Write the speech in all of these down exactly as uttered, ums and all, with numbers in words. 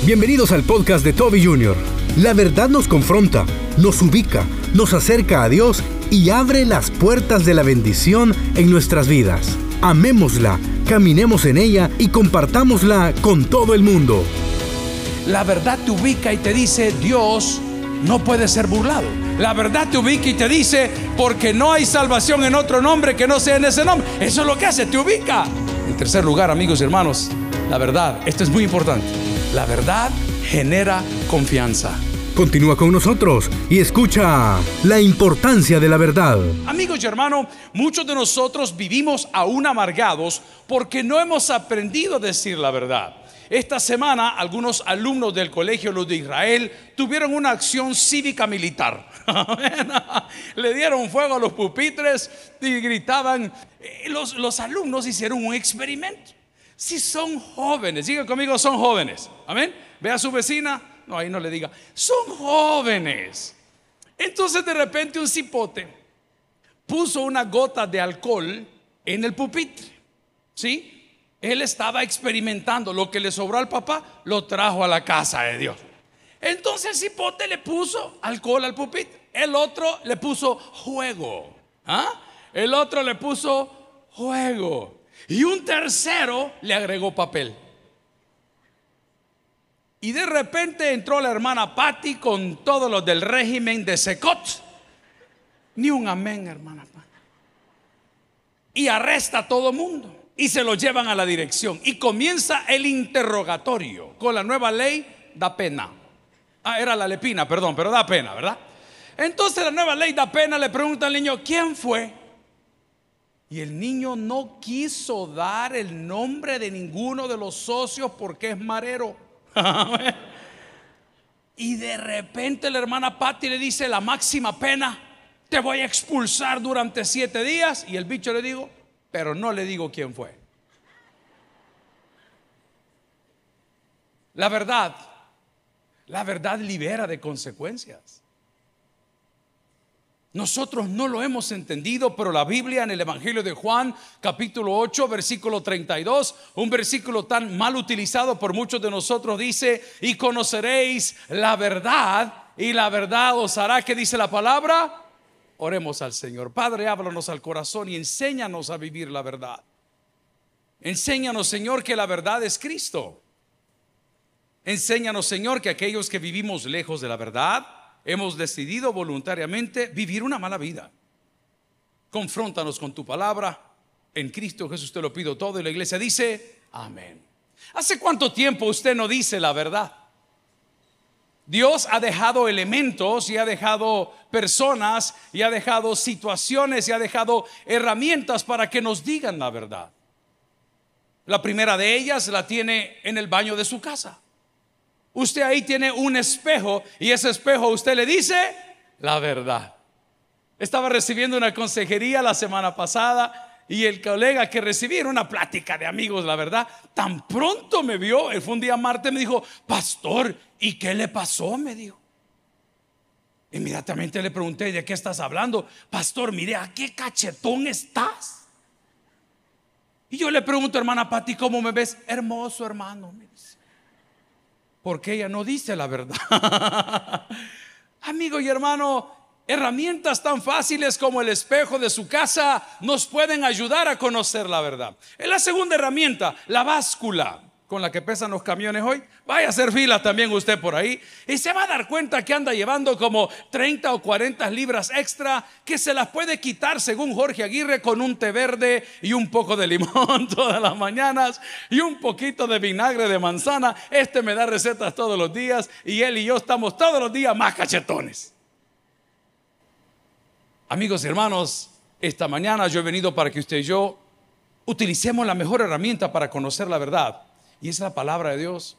Bienvenidos al podcast de Toby junior La verdad nos confronta, nos ubica, nos acerca a Dios y abre las puertas de la bendición en nuestras vidas. Amémosla, caminemos en ella y compartámosla con todo el mundo. La verdad te ubica y te dice: Dios no puede ser burlado. La verdad te ubica y te dice: porque no hay salvación en otro nombre que no sea en ese nombre. Eso es lo que hace, te ubica. En tercer lugar, amigos y hermanos, la verdad, esto es muy importante, la verdad genera confianza. Continúa con nosotros y escucha la importancia de la verdad. Amigos y hermanos, muchos de nosotros vivimos aún amargados porque no hemos aprendido a decir la verdad. Esta semana algunos alumnos del Colegio Luz de Israel tuvieron una acción cívica militar. Le dieron fuego a los pupitres y gritaban. Los, los alumnos hicieron un experimento. Si son jóvenes, diga conmigo, son jóvenes. Amén. Ve a su vecina. No, ahí no le diga. Son jóvenes. Entonces de repente un cipote puso una gota de alcohol en el pupitre. ¿Sí? Él estaba experimentando. Lo que le sobró al papá lo trajo a la casa de Dios. Entonces el cipote le puso alcohol al pupitre. El otro le puso juego. ¿Ah? El otro le puso juego. Y un tercero le agregó papel. Y de repente entró la hermana Patti con todos los del régimen de Secot. Ni un amén, hermana Patti. Y arresta a todo mundo. Y se lo llevan a la dirección. Y comienza el interrogatorio. Con la nueva ley da pena. Ah, era la lepina, perdón, pero da pena, ¿verdad? Entonces la nueva ley da pena. Le pregunta al niño: ¿quién fue? Y el niño no quiso dar el nombre de ninguno de los socios porque es marero. Y de repente la hermana Patti le dice: la máxima pena, te voy a expulsar durante siete días. Y el bicho le dijo: pero no le digo quién fue. La verdad, la verdad libera de consecuencias. Nosotros no lo hemos entendido, pero la Biblia en el Evangelio de Juan, capítulo ocho, versículo treinta y dos, un versículo tan mal utilizado por muchos de nosotros, dice: y conoceréis la verdad, y la verdad os hará, ¿qué dice la palabra? Oremos al Señor. Padre, háblanos al corazón y enséñanos a vivir la verdad. Enséñanos, Señor, que la verdad es Cristo. Enséñanos, Señor, que aquellos que vivimos lejos de la verdad hemos decidido voluntariamente vivir una mala vida. Confróntanos con tu palabra. En Cristo Jesús te lo pido todo. Y la iglesia dice: amén. ¿Hace cuánto tiempo usted no dice la verdad? Dios ha dejado elementos y ha dejado personas y ha dejado situaciones y ha dejado herramientas para que nos digan la verdad. La primera de ellas la tiene en el baño de su casa. Usted ahí tiene un espejo y ese espejo usted le dice la verdad. Estaba recibiendo una consejería la semana pasada y el colega que recibí era una plática de amigos, la verdad. Tan pronto me vio, fue un día martes, me dijo: pastor, ¿y qué le pasó? Me dijo. Inmediatamente le pregunté: ¿de qué estás hablando? Pastor, mire, ¿a qué cachetón estás? Y yo le pregunto: hermana Patti, ¿cómo me ves? Hermoso, hermano, me dice. Porque ella no dice la verdad. Amigo y hermano, herramientas tan fáciles como el espejo de su casa nos pueden ayudar a conocer la verdad. En la segunda herramienta, la báscula con la que pesan los camiones hoy. Vaya a hacer fila también usted por ahí y se va a dar cuenta que anda llevando como treinta o cuarenta libras extra, que se las puede quitar, según Jorge Aguirre, con un té verde y un poco de limón todas las mañanas y un poquito de vinagre de manzana. Este me da recetas todos los días y él y yo estamos todos los días más cachetones. Amigos y hermanos, esta mañana yo he venido para que usted y yo utilicemos la mejor herramienta para conocer la verdad, y es la palabra de Dios.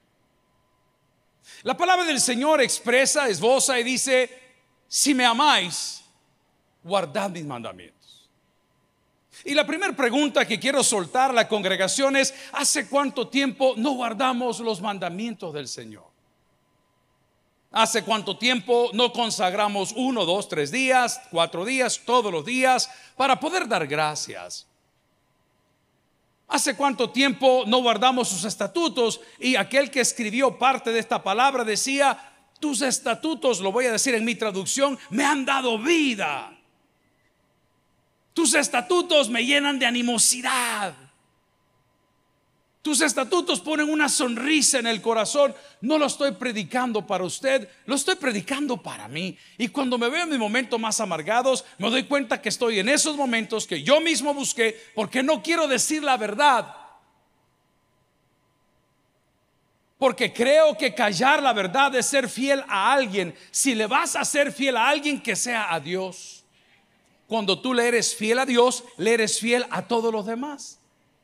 La palabra del Señor expresa, esboza y dice: si me amáis, guardad mis mandamientos. Y la primera pregunta que quiero soltar a la congregación es: ¿hace cuánto tiempo no guardamos los mandamientos del Señor? ¿Hace cuánto tiempo no consagramos uno, dos, tres días, cuatro días, todos los días para poder dar gracias? ¿Hace cuánto tiempo no guardamos sus estatutos? Y aquel que escribió parte de esta palabra decía: tus estatutos, lo voy a decir en mi traducción, me han dado vida. Tus estatutos me llenan de animosidad. Tus estatutos ponen una sonrisa en el corazón. No lo estoy predicando para usted, lo estoy predicando para mí. Y cuando me veo en mis momentos más amargados, me doy cuenta que estoy en esos momentos que yo mismo busqué, porque no quiero decir la verdad, porque creo que callar la verdad es ser fiel a alguien. Si le vas a ser fiel a alguien, que sea a Dios. Cuando tú le eres fiel a Dios, le eres fiel a todos los demás.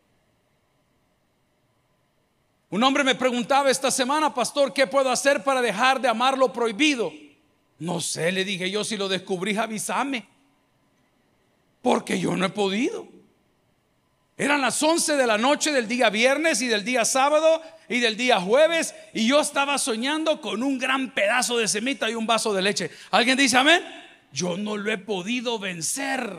Un hombre me preguntaba esta semana: pastor, ¿qué puedo hacer para dejar de amar lo prohibido? No sé, le dije yo, si lo descubrís avísame, porque yo no he podido. Eran las once de la noche del día viernes y del día sábado y del día jueves, y yo estaba soñando con un gran pedazo de semita y un vaso de leche. ¿Alguien dice amén? Yo no lo he podido vencer.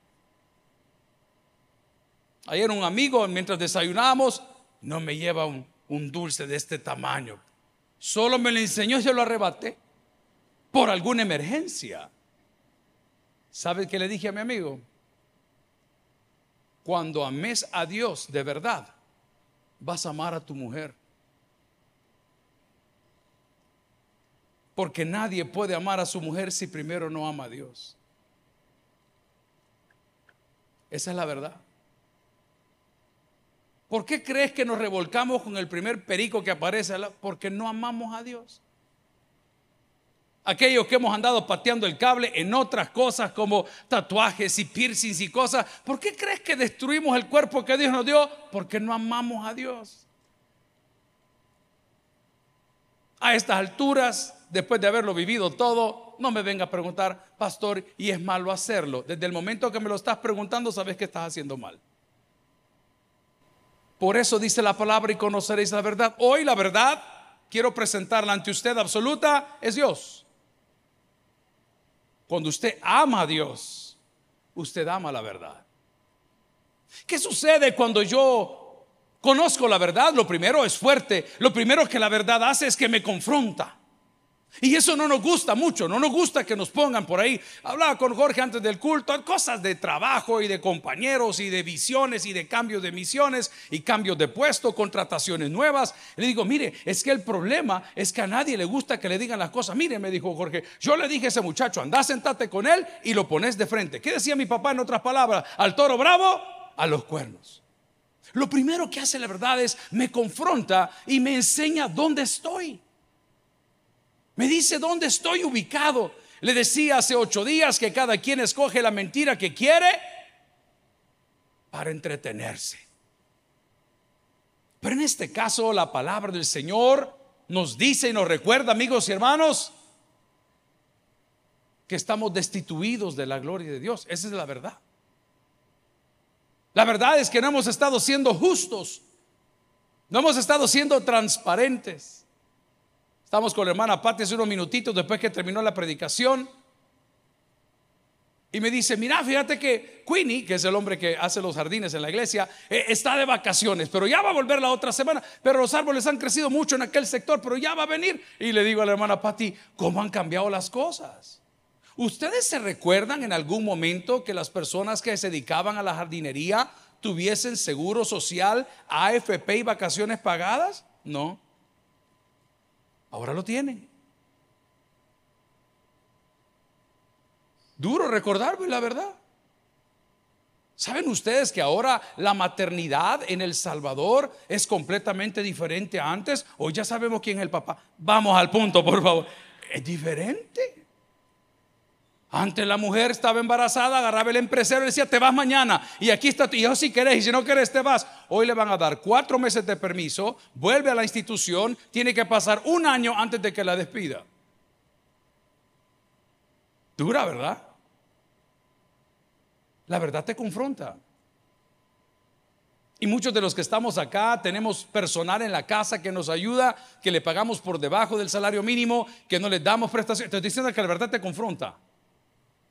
Ayer un amigo, mientras desayunábamos, no me lleva un un dulce de este tamaño. Solo me lo enseñó y yo lo arrebaté por alguna emergencia. ¿Sabe qué le dije a mi amigo? Cuando ames a Dios de verdad, vas a amar a tu mujer, porque nadie puede amar a su mujer si primero no ama a Dios. Esa es la verdad. ¿Por qué crees que nos revolcamos con el primer perico que aparece? Porque no amamos a Dios. Aquellos que hemos andado pateando el cable en otras cosas como tatuajes y piercings y cosas, ¿por qué crees que destruimos el cuerpo que Dios nos dio? Porque no amamos a Dios. A estas alturas, después de haberlo vivido todo, no me venga a preguntar: pastor, ¿y es malo hacerlo? Desde el momento que me lo estás preguntando, sabes que estás haciendo mal. Por eso dice la palabra: y conoceréis la verdad. Hoy la verdad, quiero presentarla ante usted absoluta, es Dios. Cuando usted ama a Dios, usted ama la verdad. ¿Qué sucede cuando yo conozco la verdad? Lo primero es fuerte. Lo primero que la verdad hace es que me confronta. Y eso no nos gusta mucho, no nos gusta que nos pongan por ahí. Hablaba con Jorge antes del culto, cosas de trabajo y de compañeros y de visiones y de cambios de misiones y cambios de puesto, contrataciones nuevas. Le digo: mire, es que el problema es que a nadie le gusta que le digan las cosas. Mire, me dijo Jorge, yo le dije a ese muchacho: anda, sentate con él y lo pones de frente. ¿Qué decía mi papá en otras palabras? Al toro bravo, a los cuernos. Lo primero que hace la verdad es me confronta y me enseña dónde estoy. Me dice dónde estoy ubicado. Le decía hace ocho días que cada quien escoge la mentira que quiere para entretenerse. Pero en este caso la palabra del Señor nos dice y nos recuerda, amigos y hermanos, que estamos destituidos de la gloria de Dios. Esa es la verdad. La verdad es que no hemos estado siendo justos, no hemos estado siendo transparentes. Estamos con la hermana Pati hace unos minutitos después que terminó la predicación, y me dice: mira, fíjate que Queenie, que es el hombre que hace los jardines en la iglesia, eh, está de vacaciones, pero ya va a volver la otra semana. Pero los árboles han crecido mucho en aquel sector, pero ya va a venir. Y le digo a la hermana Pati: ¿cómo han cambiado las cosas? ¿Ustedes se recuerdan en algún momento que las personas que se dedicaban a la jardinería tuviesen seguro social, A F P y vacaciones pagadas? No. Ahora lo tienen. Duro recordar, la verdad. ¿Saben ustedes que ahora la maternidad en El Salvador es completamente diferente a antes? Hoy ya sabemos quién es el papá. Vamos al punto, por favor. Es diferente. Antes la mujer estaba embarazada, agarraba el empresario y le decía: te vas mañana, y aquí está tu hijo si querés, y si no querés te vas. Hoy le van a dar cuatro meses de permiso, vuelve a la institución, tiene que pasar un año antes de que la despida. Dura, ¿verdad? La verdad te confronta. Y muchos de los que estamos acá tenemos personal en la casa que nos ayuda, que le pagamos por debajo del salario mínimo, que no les damos prestaciones. Te estoy diciendo que la verdad te confronta.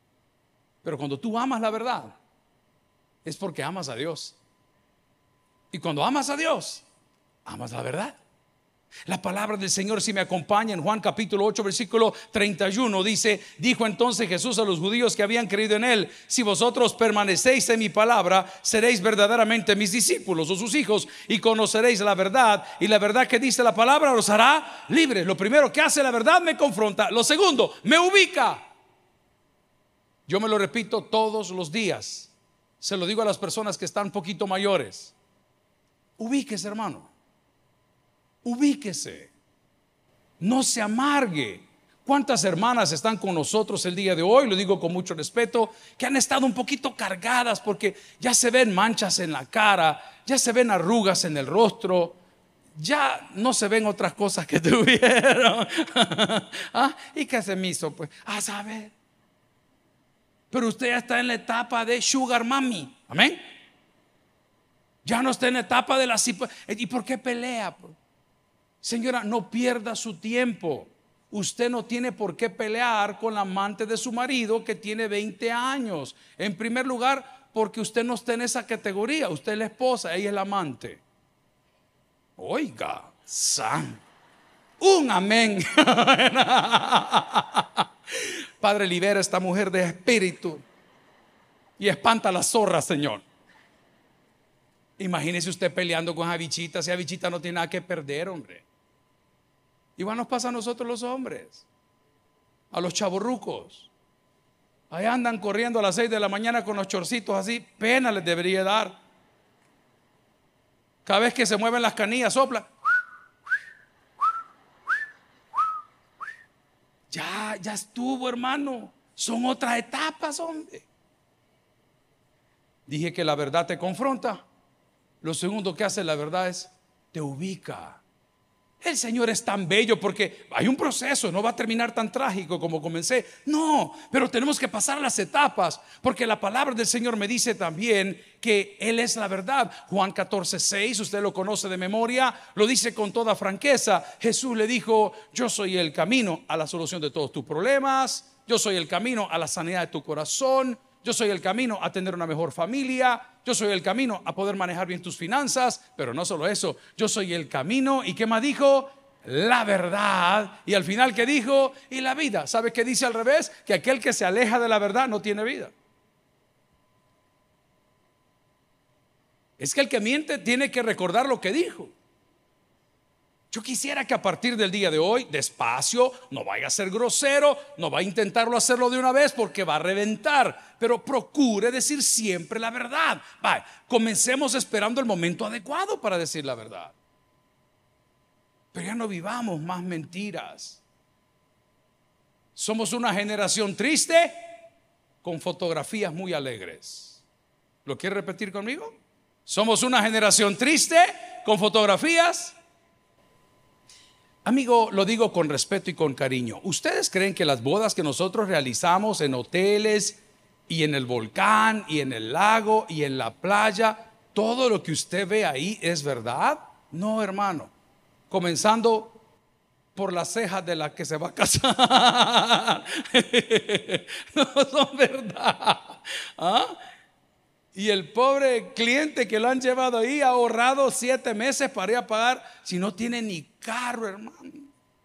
Pero cuando tú amas la verdad, es porque amas a Dios. Y cuando amas a Dios, amas la verdad. La palabra del Señor, si me acompaña, en Juan capítulo ocho versículo treinta y uno dice: dijo entonces Jesús a los judíos que habían creído en él: si vosotros permanecéis en mi palabra, seréis verdaderamente mis discípulos o sus hijos, y conoceréis la verdad, y la verdad que dice la palabra os hará libres. Lo primero que hace la verdad, me confronta. Lo segundo, me ubica. Yo me lo repito todos los días, se lo digo a las personas que están un poquito mayores: ubíquese, hermano. Ubíquese, no se amargue. ¿Cuántas hermanas están con nosotros el día de hoy? Lo digo con mucho respeto, que han estado un poquito cargadas porque ya se ven manchas en la cara, ya se ven arrugas en el rostro, ya no se ven otras cosas que tuvieron. ¿Ah? ¿Y qué se me hizo? Pues a saber. Pero usted ya está en la etapa de sugar mami. Amén. Ya no está en la etapa de la... ¿Y por qué pelea? Señora, no pierda su tiempo. Usted no tiene por qué pelear con la amante de su marido que tiene veinte años. En primer lugar, porque usted no está en esa categoría. Usted es la esposa, ella es la amante. Oiga, san, un amén. Padre, libera a esta mujer de espíritu y espanta a las zorras, Señor. Imagínese usted peleando con esa bichita. Esa bichita no tiene nada que perder, hombre. Igual nos pasa a nosotros los hombres, a los chavorrucos. Ahí andan corriendo a las seis de la mañana con los chorcitos así. Pena les debería dar. Cada vez que se mueven las canillas sopla. Ya, ya estuvo, hermano. Son otras etapas, hombre. Dije que la verdad te confronta. Lo segundo que hace la verdad es te ubica. El Señor es tan bello porque hay un proceso, no va a terminar tan trágico como comencé. No, pero tenemos que pasar las etapas, porque la palabra del Señor me dice también que Él es la verdad. Juan catorce seis, usted lo conoce de memoria, lo dice con toda franqueza. Jesús le dijo: yo soy el camino a la solución de todos tus problemas, yo soy el camino a la sanidad de tu corazón, yo soy el camino a tener una mejor familia, yo soy el camino a poder manejar bien tus finanzas. Pero no solo eso, yo soy el camino. ¿Y qué más dijo? La verdad. Y al final, ¿qué dijo? Y la vida. ¿Sabe qué dice al revés? Que aquel que se aleja de la verdad no tiene vida. Es que el que miente tiene que recordar lo que dijo. Yo quisiera que a partir del día de hoy, despacio, no vaya a ser grosero, no va a intentarlo hacerlo de una vez porque va a reventar, pero procure decir siempre la verdad. Va, comencemos esperando el momento adecuado para decir la verdad. Pero ya no vivamos más mentiras. Somos una generación triste con fotografías muy alegres. ¿Lo quiere repetir conmigo? Somos una generación triste con fotografías. Amigo, lo digo con respeto y con cariño. ¿Ustedes creen que las bodas que nosotros realizamos en hoteles y en el volcán y en el lago y en la playa, todo lo que usted ve ahí es verdad? No, hermano. Comenzando por las cejas de la que se va a casar. No son verdad. ¿Ah? Y el pobre cliente que lo han llevado ahí ha ahorrado siete meses para ir a pagar, si no tiene ni carro, hermano.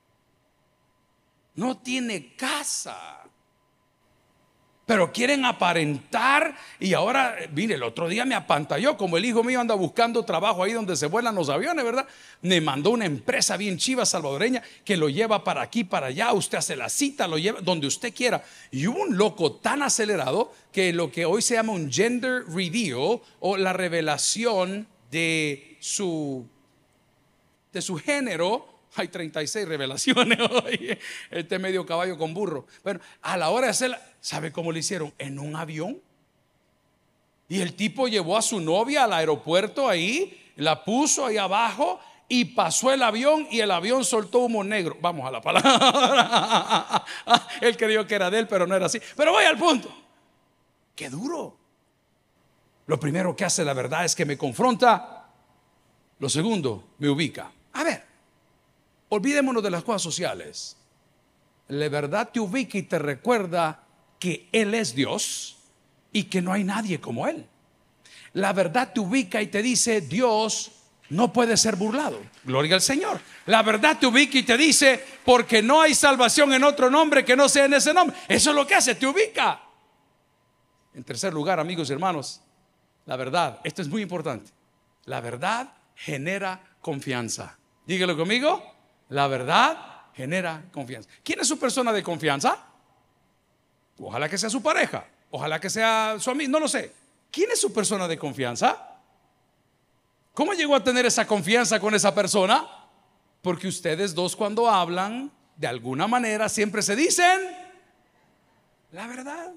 No tiene casa. Pero quieren aparentar. Y ahora, mire, el otro día me apantalló, como el hijo mío anda buscando trabajo ahí donde se vuelan los aviones, ¿verdad? Me mandó una empresa bien chiva salvadoreña que lo lleva para aquí, para allá. Usted hace la cita, lo lleva donde usted quiera. Y hubo un loco tan acelerado que lo que hoy se llama un gender reveal, o la revelación de su, de su género. Hay treinta y seis revelaciones hoy. Este medio caballo con burro. Bueno, a la hora de hacerla, ¿sabe cómo lo hicieron? En un avión. Y el tipo llevó a su novia al aeropuerto ahí, la puso ahí abajo y pasó el avión, y el avión soltó humo negro. Vamos a la palabra. Él creyó que era de él, pero no era así. Pero voy al punto. ¡Qué duro! Lo primero que hace la verdad es que me confronta. Lo segundo, me ubica. A ver, olvidémonos de las cosas sociales. La verdad te ubica y te recuerda que Él es Dios y que no hay nadie como Él. la verdad te ubica y te dice: Dios no puede ser burlado. Gloria al Señor. La verdad te ubica y te dice: porque no hay salvación en otro nombre que no sea en ese nombre. Eso es lo que hace, te ubica. En tercer lugar, amigos y hermanos, la verdad, esto es muy importante, la verdad genera confianza. Dígalo conmigo: la verdad genera confianza. ¿Quién es su persona de confianza? Ojalá que sea su pareja, ojalá que sea su amigo, no lo sé. ¿Quién es su persona de confianza? ¿Cómo llegó a tener esa confianza con esa persona? Porque ustedes dos, cuando hablan, de alguna manera siempre se dicen la verdad.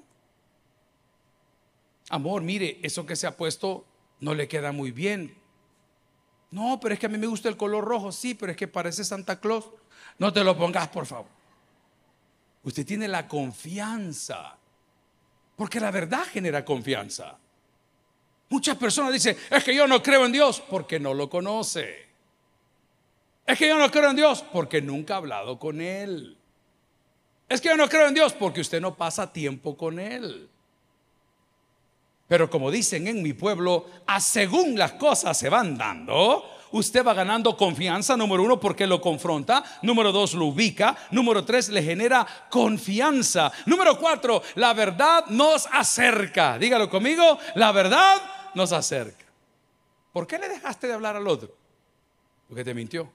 Amor, mire, eso que se ha puesto no le queda muy bien. No, pero es que a mí me gusta el color rojo. Sí, pero es que parece Santa Claus. No te lo pongas, por favor. Usted tiene la confianza, porque la verdad genera confianza. Muchas personas dicen: es que yo no creo en Dios, porque no lo conoce. Es que yo no creo en Dios, porque nunca ha hablado con Él. Es que yo no creo en Dios, porque usted no pasa tiempo con Él. Pero como dicen en mi pueblo, a según las cosas se van dando, usted va ganando confianza. Número uno, porque lo confronta. Número dos, lo ubica. Número tres, le genera confianza. Número cuatro, la verdad nos acerca. Dígalo conmigo: la verdad nos acerca. ¿Por qué le dejaste de hablar al otro? Porque te mintió.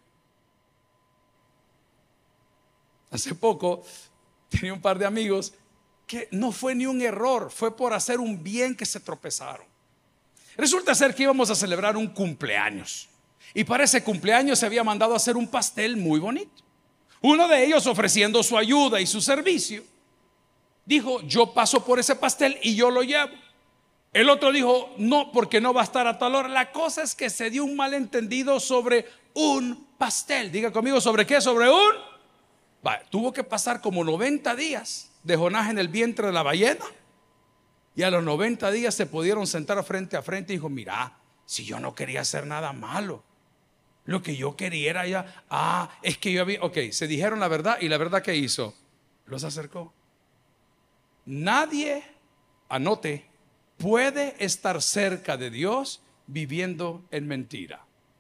Hace poco tenía un par de amigos que no fue ni un error, fue por hacer un bien que se tropezaron. Resulta ser que íbamos a celebrar un cumpleaños, y para ese cumpleaños se había mandado a hacer un pastel muy bonito. Uno de ellos, ofreciendo su ayuda y su servicio, dijo: yo paso por ese pastel y yo lo llevo. El otro dijo: no, porque no va a estar a tal hora. La cosa es que se dio un malentendido sobre un pastel. Diga conmigo: ¿sobre qué? Sobre un... Va, tuvo que pasar como noventa días de Jonás en el vientre de la ballena, y a los noventa días se pudieron sentar frente a frente y dijo: mira, si yo no quería hacer nada malo, lo que yo quería era ya, ah, es que yo había, ok, se dijeron la verdad. Y la verdad, ¿qué hizo? Los acercó. Nadie, anote, puede estar cerca de Dios viviendo en mentira.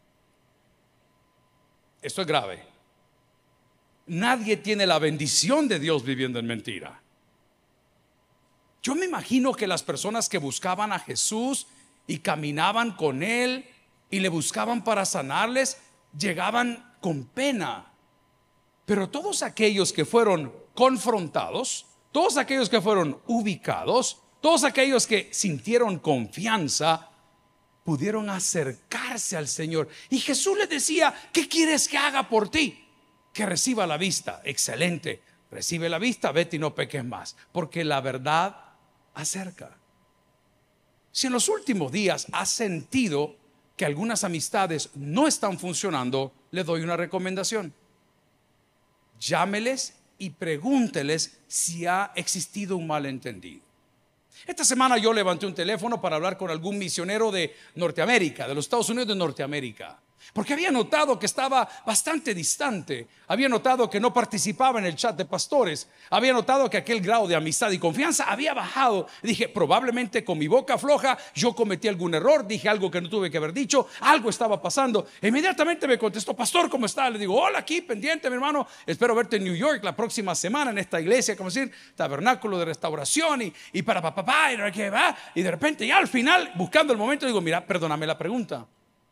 Esto es grave. Nadie tiene la bendición de Dios viviendo en mentira. Yo me imagino que las personas que buscaban a Jesús y caminaban con Él y le buscaban para sanarles, llegaban con pena. Pero todos aquellos que fueron confrontados, todos aquellos que fueron ubicados, todos aquellos que sintieron confianza, pudieron acercarse al Señor. Y Jesús les decía: ¿qué quieres que haga por ti? Que reciba la vista. Excelente, recibe la vista, vete y no peques más, porque la verdad acerca. Si en los últimos días has sentido que algunas amistades no están funcionando, le doy una recomendación: llámeles y pregúnteles si ha existido un malentendido. Esta semana yo levanté un teléfono para hablar con algún misionero de Norteamérica, de los Estados Unidos de Norteamérica, porque había notado que estaba bastante distante. Había notado que no participaba en el chat de pastores. Había notado que aquel grado de amistad y confianza había bajado. Dije: probablemente con mi boca floja yo cometí algún error, dije algo que no tuve que haber dicho, algo estaba pasando. Inmediatamente me contestó: pastor, ¿cómo está? Le digo: hola, aquí pendiente, mi hermano, espero verte en New York la próxima semana en esta iglesia, como decir, tabernáculo de restauración, y, y para papá, pa, y, y de repente ya al final, buscando el momento, digo: mira, perdóname la pregunta,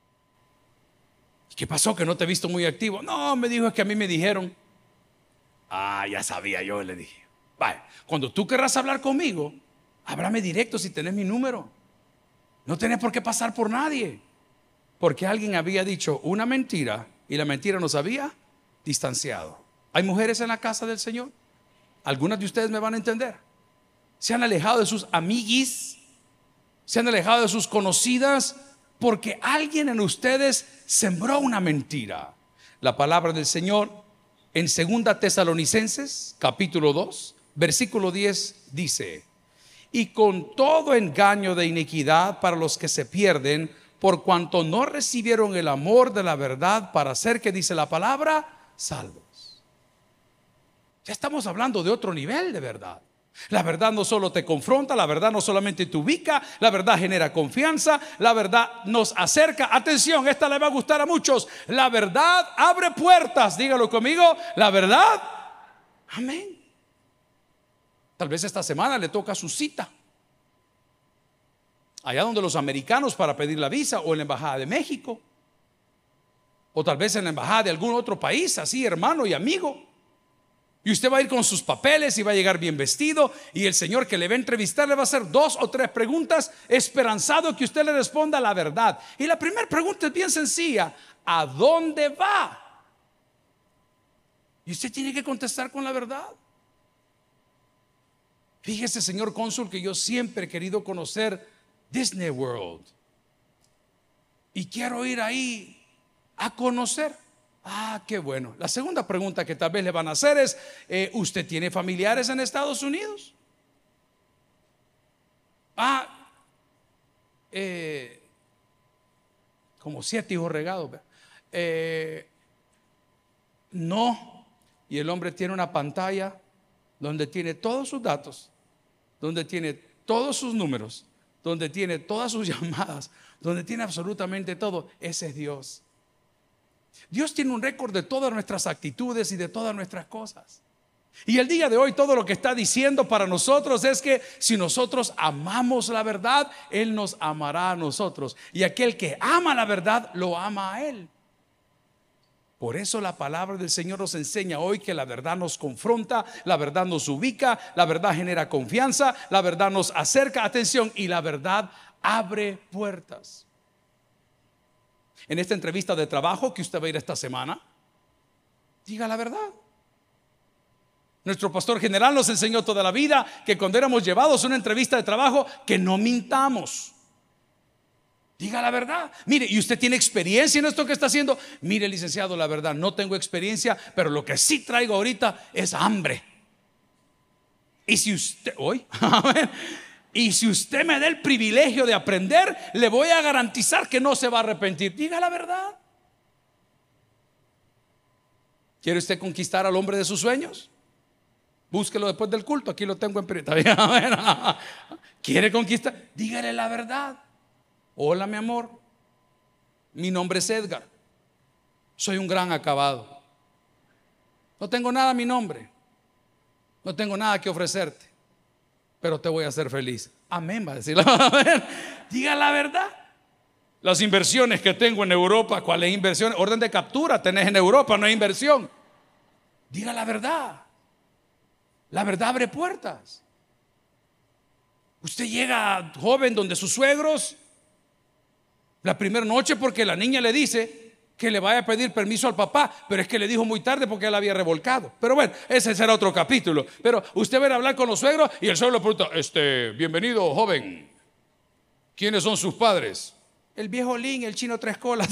¿qué pasó que no te he visto muy activo? No, me dijo: es que a mí me dijeron. Ah, ya sabía yo, le dije. Vaya, cuando tú querrás hablar conmigo, háblame directo si tenés mi número. No tenés por qué pasar por nadie, porque alguien había dicho una mentira y la mentira nos había distanciado. ¿Hay mujeres en la casa del Señor? Algunas de ustedes me van a entender. Se han alejado de sus amiguis, se han alejado de sus conocidas, porque alguien en ustedes sembró una mentira. La palabra del Señor en segunda Tesalonicenses capítulo dos versículo diez dice: y con todo engaño de iniquidad para los que se pierden, por cuanto no recibieron el amor de la verdad para ser, que dice la palabra, salvos. Ya estamos hablando de otro nivel de verdad. La verdad no solo te confronta, la verdad no solamente te ubica, la verdad genera confianza, la verdad nos acerca. Atención, esta le va a gustar a muchos. La verdad abre puertas, dígalo conmigo, la verdad, amén. Tal vez esta semana le toca su cita allá donde los americanos para pedir la visa, o en la embajada de México, o tal vez en la embajada de algún otro país, así hermano y amigo. Y usted va a ir con sus papeles y va a llegar bien vestido, y el señor que le va a entrevistar le va a hacer dos o tres preguntas, esperanzado que usted le responda la verdad. Y la primera pregunta es bien sencilla: ¿a dónde va? Y usted tiene que contestar con la verdad. Fíjese, señor cónsul, que yo siempre he querido conocer Disney World y quiero ir ahí a conocer. Ah, qué bueno. La segunda pregunta que tal vez le van a hacer es, eh, ¿usted tiene familiares en Estados Unidos? Ah, eh, como siete hijos regados. Eh, no. Y el hombre tiene una pantalla donde tiene todos sus datos, donde tiene todos sus números, donde tiene todas sus llamadas, donde tiene absolutamente todo. Ese es Dios. Dios tiene un récord de todas nuestras actitudes y de todas nuestras cosas. Y el día de hoy todo lo que está diciendo para nosotros es que si nosotros amamos la verdad, Él nos amará a nosotros. Y aquel que ama la verdad, lo ama a Él. Por eso la palabra del Señor nos enseña hoy que la verdad nos confronta, la verdad nos ubica, la verdad genera confianza, la verdad nos acerca, atención, y la verdad abre puertas. En esta entrevista de trabajo que usted va a ir esta semana, diga la verdad. Nuestro pastor general nos enseñó toda la vida que cuando éramos llevados a una entrevista de trabajo, que no mintamos. Diga la verdad. Mire, y usted tiene experiencia en esto que está haciendo. Mire, licenciado, la verdad, no tengo experiencia, pero lo que sí traigo ahorita es hambre. Y si usted, hoy, y si usted me da el privilegio de aprender, le voy a garantizar que no se va a arrepentir. Diga la verdad. ¿Quiere usted conquistar al hombre de sus sueños? Búsquelo después del culto. Aquí lo tengo en privado. ¿Quiere conquistar? Dígale la verdad. Hola, mi amor, mi nombre es Edgar. Soy un gran acabado. No tengo nada a mi nombre. No tengo nada que ofrecerte, pero te voy a hacer feliz. Amén, va a decir. Diga la verdad. Las inversiones que tengo en Europa, ¿cuál es inversión? Orden de captura tenés en Europa, no hay inversión. Diga la verdad. La verdad abre puertas. Usted llega joven donde sus suegros la primera noche porque la niña le dice que le vaya a pedir permiso al papá, pero es que le dijo muy tarde porque él había revolcado. Pero bueno, ese será otro capítulo. Pero usted va a hablar con los suegros y el suegro le pregunta: este, bienvenido, joven, ¿quiénes son sus padres? El viejo Lin, el chino tres colas.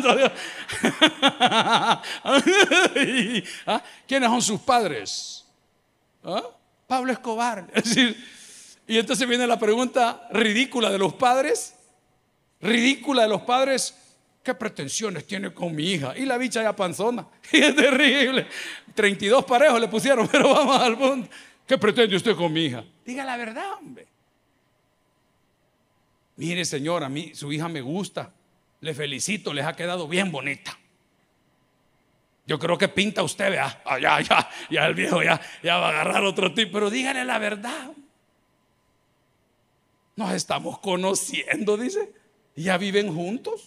¿Quiénes son sus padres? ¿Ah? Pablo Escobar. Es decir, y entonces viene la pregunta ridícula de los padres. Ridícula de los padres. ¿Qué pretensiones tiene con mi hija? Y la bicha ya panzona. Y es terrible. treinta y dos parejos le pusieron, pero vamos al punto. ¿Qué pretende usted con mi hija? Diga la verdad, hombre. Mire, señora, a mí su hija me gusta. Le felicito, les ha quedado bien bonita. Yo creo que pinta usted, vea. Ah, ya, ya, ya el viejo ya, ya va a agarrar otro tipo. Pero dígale la verdad. Nos estamos conociendo, dice. Y ya viven juntos.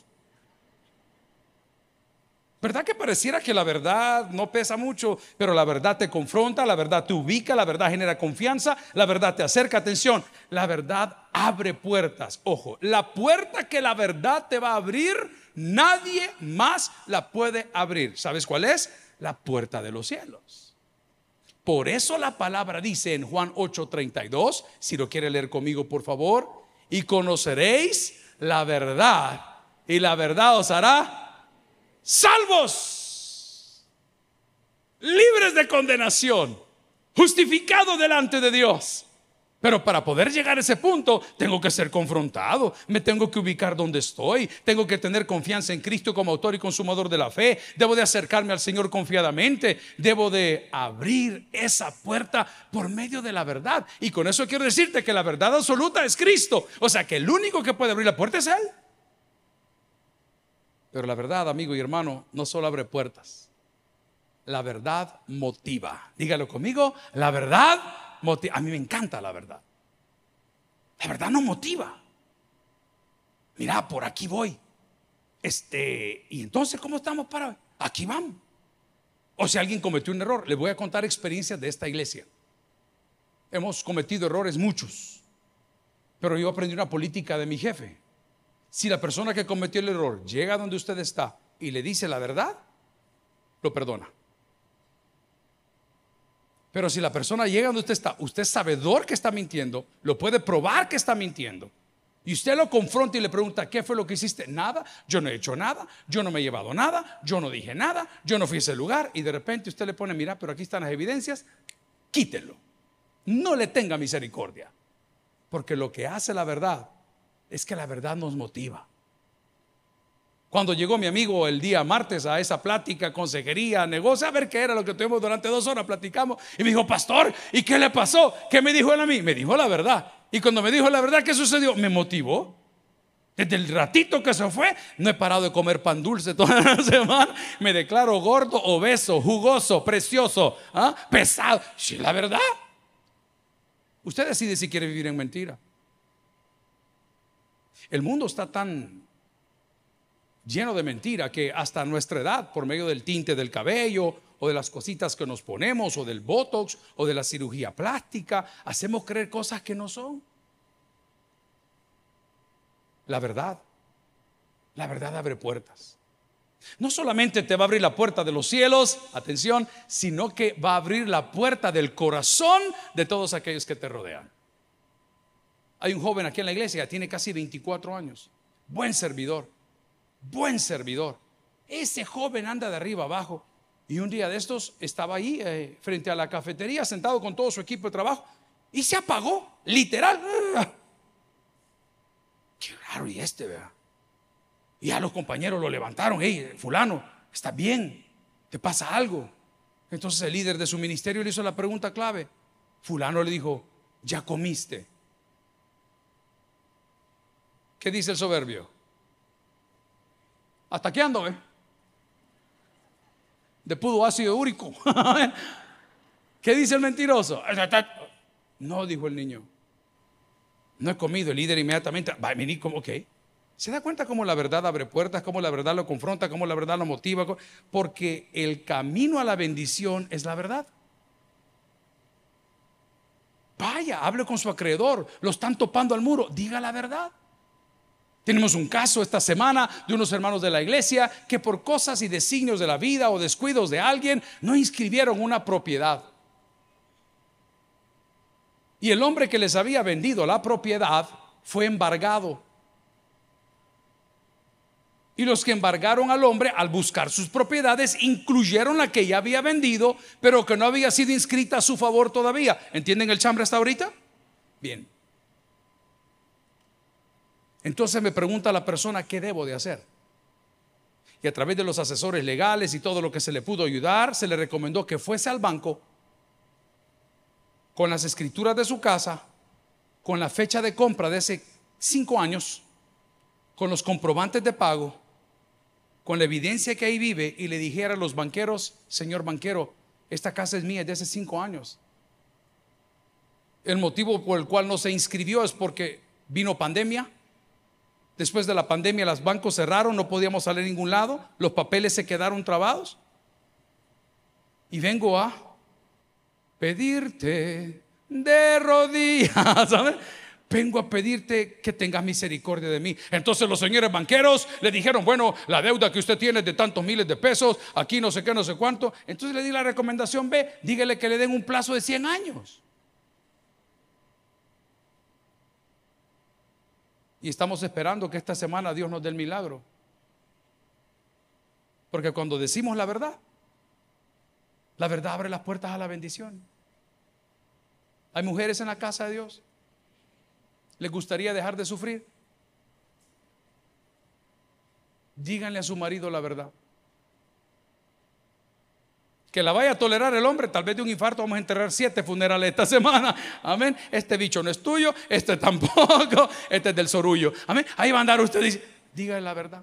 ¿Verdad que pareciera que la verdad no pesa mucho? Pero la verdad te confronta, la verdad te ubica, la verdad genera confianza, la verdad te acerca. Atención, la verdad abre puertas. Ojo, la puerta que la verdad te va a abrir, nadie más la puede abrir. ¿Sabes cuál es? La puerta de los cielos. Por eso la palabra dice en Juan ocho treinta y dos, si lo quiere leer conmigo por favor: y conoceréis la verdad, y la verdad os hará salvos, libres de condenación, justificados delante de Dios. Pero para poder llegar a ese punto, tengo que ser confrontado, me tengo que ubicar donde estoy, tengo que tener confianza en Cristo como autor y consumador de la fe, debo de acercarme al Señor confiadamente, debo de abrir esa puerta por medio de la verdad. Y con eso quiero decirte que la verdad absoluta es Cristo. O sea que el único que puede abrir la puerta es Él. Pero la verdad, amigo y hermano, no solo abre puertas, la verdad motiva. Dígalo conmigo, la verdad motiva. A mí me encanta la verdad. La verdad nos motiva. Mira, por aquí voy. Este, y entonces, ¿cómo estamos para hoy? Aquí vamos. O si alguien cometió un error, les voy a contar experiencias de esta iglesia. Hemos cometido errores muchos, pero yo aprendí una política de mi jefe. Si la persona que cometió el error llega donde usted está y le dice la verdad, lo perdona. Pero si la persona llega donde usted está, usted es sabedor que está mintiendo, lo puede probar que está mintiendo, y usted lo confronta y le pregunta: ¿qué fue lo que hiciste? Nada, yo no he hecho nada, yo no me he llevado nada, yo no dije nada, yo no fui a ese lugar. Y de repente usted le pone: mira, pero aquí están las evidencias, quítelo. No le tenga misericordia, porque lo que hace la verdad es que la verdad nos motiva. Cuando llegó mi amigo el día martes a esa plática, consejería, negocio, a ver qué era lo que tuvimos durante dos horas, platicamos, y me dijo: pastor, ¿y qué le pasó? ¿Qué me dijo él a mí? Me dijo la verdad. Y cuando me dijo la verdad, ¿qué sucedió? Me motivó. Desde el ratito que se fue, no he parado de comer pan dulce toda la semana. Me declaro gordo, obeso, jugoso, precioso, ¿ah? pesado. Sí, la verdad. Usted decide si quiere vivir en mentira. El mundo está tan lleno de mentira que hasta nuestra edad, por medio del tinte del cabello o de las cositas que nos ponemos o del botox o de la cirugía plástica, hacemos creer cosas que no son. La verdad, la verdad abre puertas. No solamente te va a abrir la puerta de los cielos, atención, sino que va a abrir la puerta del corazón de todos aquellos que te rodean. Hay un joven aquí en la iglesia, tiene casi veinticuatro años, buen servidor, buen servidor. Ese joven anda de arriba abajo. Y un día de estos estaba ahí eh, frente a la cafetería, sentado con todo su equipo de trabajo, y se apagó, literal. Qué raro, y este, ¿verdad? Y a los compañeros lo levantaron: hey, fulano, ¿estás bien? ¿Te pasa algo? Entonces el líder de su ministerio le hizo la pregunta clave. Fulano le dijo: ¿ya comiste? ¿Qué dice el soberbio? ¿Hasta qué ando, eh? De puro ácido úrico. ¿Qué dice el mentiroso? No, dijo el niño, no he comido. El líder inmediatamente va a venir como, ok. ¿Se da cuenta cómo la verdad abre puertas? Cómo la verdad lo confronta, cómo la verdad lo motiva. Porque el camino a la bendición es la verdad. Vaya, hable con su acreedor, lo están topando al muro, diga la verdad. Tenemos un caso esta semana de unos hermanos de la iglesia que por cosas y designios de la vida o descuidos de alguien no inscribieron una propiedad. Y el hombre que les había vendido la propiedad fue embargado. Y los que embargaron al hombre, al buscar sus propiedades, incluyeron la que ya había vendido, pero que no había sido inscrita a su favor todavía. ¿Entienden el chambre hasta ahorita? Bien. Entonces me pregunta la persona: ¿qué debo de hacer? Y a través de los asesores legales y todo lo que se le pudo ayudar, se le recomendó que fuese al banco con las escrituras de su casa, con la fecha de compra de hace cinco años, con los comprobantes de pago, con la evidencia que ahí vive, y le dijera a los banqueros: señor banquero, esta casa es mía, es de hace cinco años. El motivo por el cual no se inscribió es porque vino pandemia. Después de la pandemia los bancos cerraron, no podíamos salir a ningún lado, los papeles se quedaron trabados. Y vengo a pedirte de rodillas, ¿sabes? Vengo a pedirte que tengas misericordia de mí. Entonces los señores banqueros le dijeron: bueno, la deuda que usted tiene es de tantos miles de pesos, aquí no sé qué, no sé cuánto. Entonces le di la recomendación B: dígale que le den un plazo de cien años. Y estamos esperando que esta semana Dios nos dé el milagro. Porque cuando decimos la verdad, la verdad abre las puertas a la bendición. Hay mujeres en la casa de Dios ¿Les gustaría dejar de sufrir? Díganle a su marido la verdad. Que la vaya a tolerar el hombre, tal vez de un infarto vamos a enterrar siete funerales esta semana. Amén. Este bicho no es tuyo, este tampoco, este es del sorullo. Amén. Ahí va a andar usted, dice, dígale la verdad.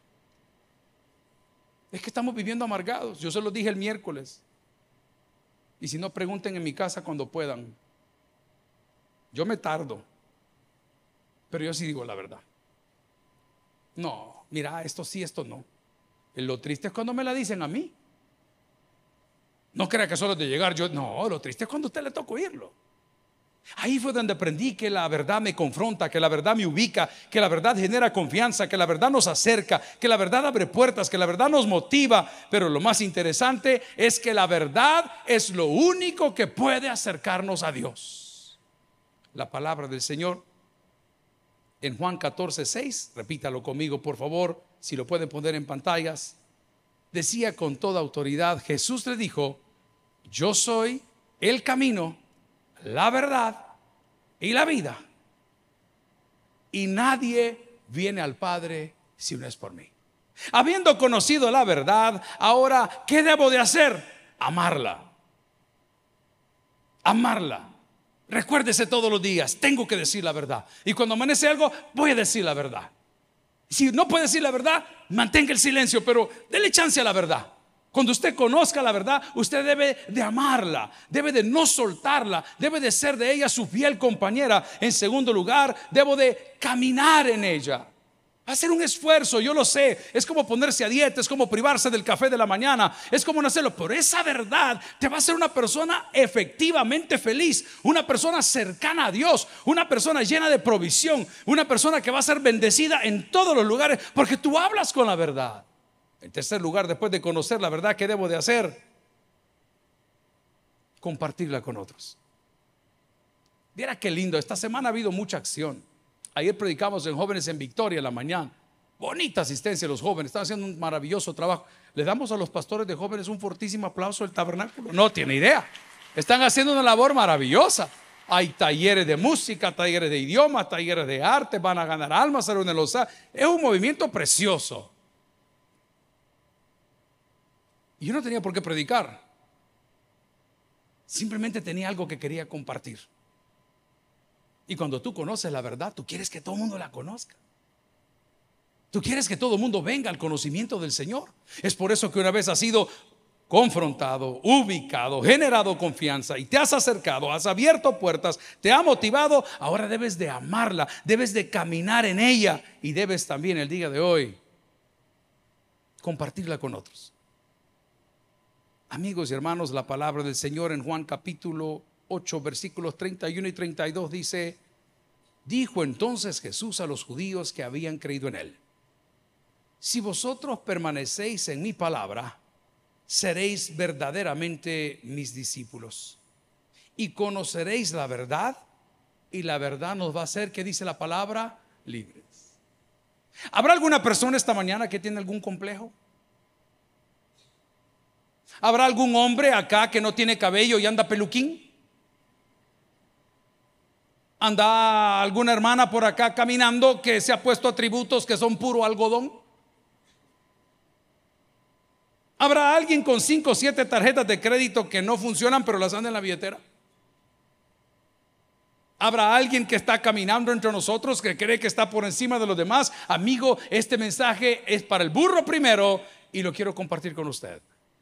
Es que estamos viviendo amargados. Yo se lo dije el miércoles. Y si no, pregunten en mi casa cuando puedan. Yo me tardo, pero yo sí digo la verdad. No, mira, esto sí, esto no. Lo triste es cuando me la dicen a mí. No crea que solo es de llegar yo. No, lo triste es cuando a usted le toca oírlo. Ahí fue donde aprendí que la verdad me confronta, que la verdad me ubica, que la verdad genera confianza, que la verdad nos acerca, que la verdad abre puertas, que la verdad nos motiva. Pero lo más interesante es que la verdad es lo único que puede acercarnos a Dios. La palabra del Señor en Juan catorce, seis, repítalo conmigo por favor, si lo pueden poner en pantallas. Decía con toda autoridad, Jesús le dijo: yo soy el camino, la verdad y la vida, y nadie viene al Padre si no es por mí. Habiendo conocido la verdad, ahora, ¿qué debo de hacer? Amarla. Amarla. Recuérdese todos los días, tengo que decir la verdad. Y cuando amanece algo, voy a decir la verdad. Si no puede decir la verdad, mantenga el silencio, pero dele chance a la verdad. Cuando usted conozca la verdad, usted debe de amarla, debe de no soltarla, debe de ser de ella su fiel compañera. En segundo lugar, debo de caminar en ella. Hacer un esfuerzo, yo lo sé, es como ponerse a dieta, es como privarse del café de la mañana, es como no hacerlo, pero esa verdad te va a hacer una persona efectivamente feliz, una persona cercana a Dios, una persona llena de provisión, una persona que va a ser bendecida en todos los lugares, porque tú hablas con la verdad. En tercer lugar, después de conocer la verdad, ¿qué debo de hacer? Compartirla con otros. Viera qué lindo, esta semana ha habido mucha acción. Ayer predicamos en Jóvenes en Victoria en la mañana. Bonita asistencia de los jóvenes, están haciendo un maravilloso trabajo. Le damos a los pastores de jóvenes un fortísimo aplauso del tabernáculo. No tiene idea, están haciendo una labor maravillosa. Hay talleres de música, talleres de idiomas, talleres de arte, van a ganar almas, se reúnen los... Es un movimiento precioso. Y yo no tenía por qué predicar, simplemente tenía algo que quería compartir. Y cuando tú conoces la verdad, tú quieres que todo el mundo la conozca. Tú quieres que todo el mundo venga al conocimiento del Señor. Es por eso que una vez has sido confrontado, ubicado, generado confianza y te has acercado, has abierto puertas, te ha motivado, ahora debes de amarla, debes de caminar en ella y debes también el día de hoy compartirla con otros. Amigos y hermanos, la palabra del Señor en Juan capítulo ocho versículos treinta y uno y treinta y dos dice: dijo entonces Jesús a los judíos que habían creído en él: si vosotros permanecéis en mi palabra, seréis verdaderamente mis discípulos y conoceréis la verdad, y la verdad nos va a hacer, ¿qué dice la palabra? Libres. ¿Habrá alguna persona esta mañana que tiene algún complejo? ¿Habrá algún hombre acá que no tiene cabello y anda peluquín? ¿Anda alguna hermana por acá caminando que se ha puesto atributos que son puro algodón? ¿Habrá alguien con cinco o siete tarjetas de crédito que no funcionan pero las anda en la billetera? ¿Habrá alguien que está caminando entre nosotros que cree que está por encima de los demás? Amigo, este mensaje es para el burro primero y lo quiero compartir con usted.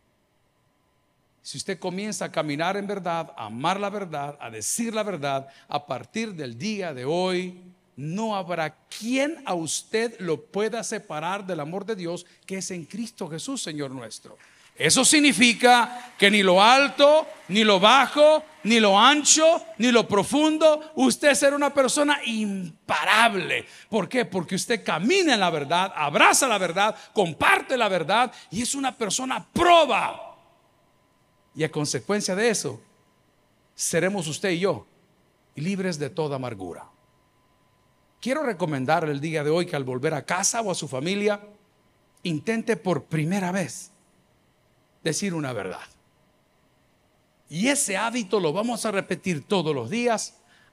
Si usted comienza a caminar en verdad, a amar la verdad, a decir la verdad, a partir del día de hoy, no habrá quien a usted lo pueda separar del amor de Dios que es en Cristo Jesús, Señor nuestro. Eso significa que ni lo alto, ni lo bajo, ni lo ancho, ni lo profundo, usted será una persona imparable. ¿Por qué? Porque usted camina en la verdad, abraza la verdad, comparte la verdad y es una persona proba. Y a consecuencia de eso, seremos usted y yo libres de toda amargura. Quiero recomendarle el día de hoy que al volver a casa o a su familia, intente por primera vez decir una verdad. Y ese hábito lo vamos a repetir todos los días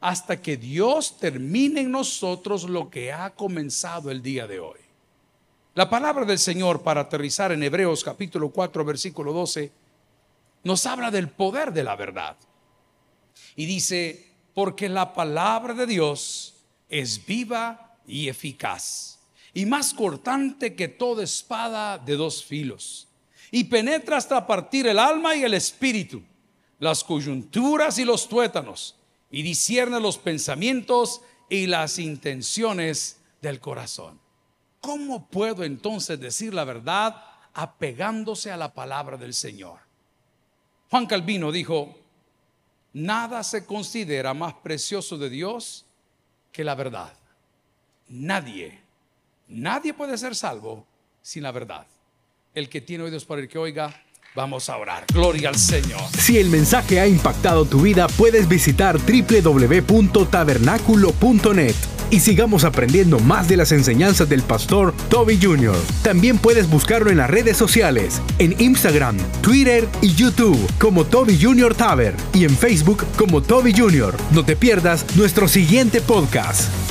hasta que Dios termine en nosotros lo que ha comenzado el día de hoy. La palabra del Señor, para aterrizar en Hebreos capítulo cuatro, versículo doce, nos habla del poder de la verdad. Y dice, porque la palabra de Dios es viva y eficaz, y más cortante que toda espada de dos filos, y penetra hasta partir el alma y el espíritu, las coyunturas y los tuétanos, y discierne los pensamientos y las intenciones del corazón. ¿Cómo puedo entonces decir la verdad apegándose a la palabra del Señor? Juan Calvino dijo, nada se considera más precioso de Dios que la verdad. Nadie, nadie puede ser salvo sin la verdad. El que tiene oídos para el que oiga, vamos a orar. Gloria al Señor. Si el mensaje ha impactado tu vida, puedes visitar doble u doble u doble u punto tabernáculo punto net y sigamos aprendiendo más de las enseñanzas del pastor Toby junior También puedes buscarlo en las redes sociales, en Instagram, Twitter y YouTube como Toby junior Taber y en Facebook como Toby junior No te pierdas nuestro siguiente podcast.